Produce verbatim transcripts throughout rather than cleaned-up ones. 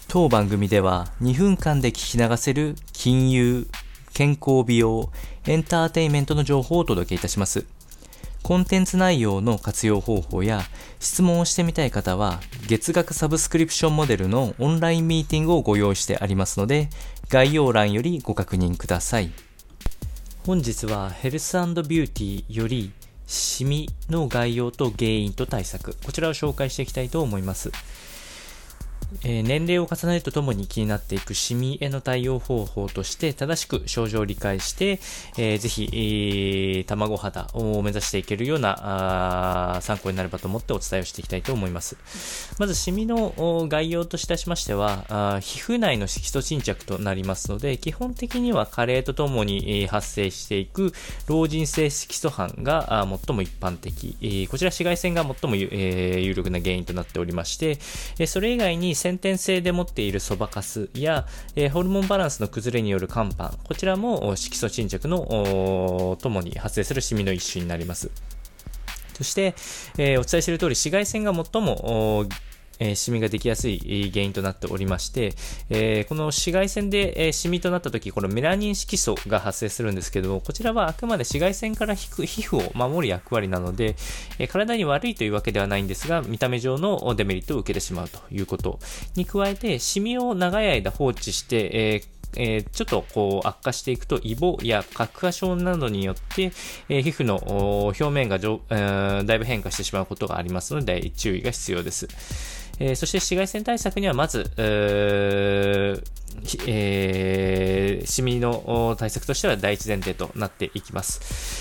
当番組ではにふんかんで聞き流せる金融、健康美容、エンターテインメントの情報をお届けいたします。コンテンツ内容の活用方法や質問をしてみたい方は月額サブスクリプションモデルのオンラインミーティングをご用意してありますので、概要欄よりご確認ください。本日はヘルス&ビューティーよりシミの概要と原因と対策、こちらを紹介していきたいと思います。えー、年齢を重ねるとともに気になっていくシミへの対応方法として正しく症状を理解して、えー、ぜひ、えー、卵肌を目指していけるような参考になればと思ってお伝えをしていきたいと思います。まずシミの概要といたしましては、皮膚内の色素沈着となりますので、基本的には加齢とともに発生していく老人性色素斑が最も一般的、えー、こちら紫外線が最も、えー、有力な原因となっておりまして、それ以外に先天性で持っているそばかすや、えー、ホルモンバランスの崩れによる肝斑、こちらも色素沈着のともに発生するシミの一種になります。そして、えー、お伝えしている通り紫外線が最もえー、シミができやすい原因となっておりまして、えー、この紫外線で、えー、シミとなった時、このメラニン色素が発生するんですけども、こちらはあくまで紫外線から皮膚を守る役割なので、えー、体に悪いというわけではないんですが、見た目上のデメリットを受けてしまうということに加えて、シミを長い間放置して、えーえー、ちょっとこう悪化していくとイボや角化症などによって、えー、皮膚の表面が、えー、だいぶ変化してしまうことがありますので注意が必要です。えー、そして紫外線対策にはまず、えーえー、シミの対策としては第一前提となっていきます。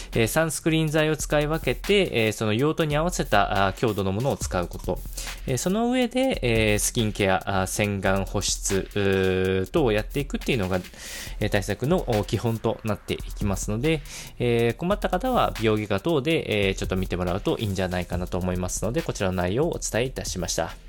えー、サンスクリーン剤を使い分けて、えー、その用途に合わせた強度のものを使うこと、えー、その上で、えー、スキンケア、洗顔、保湿等をやっていくっていうのが、えー、対策の基本となっていきますので、えー、困った方は美容外科等で、えー、ちょっと見てもらうといいんじゃないかなと思いますので、こちらの内容をお伝えいたしました。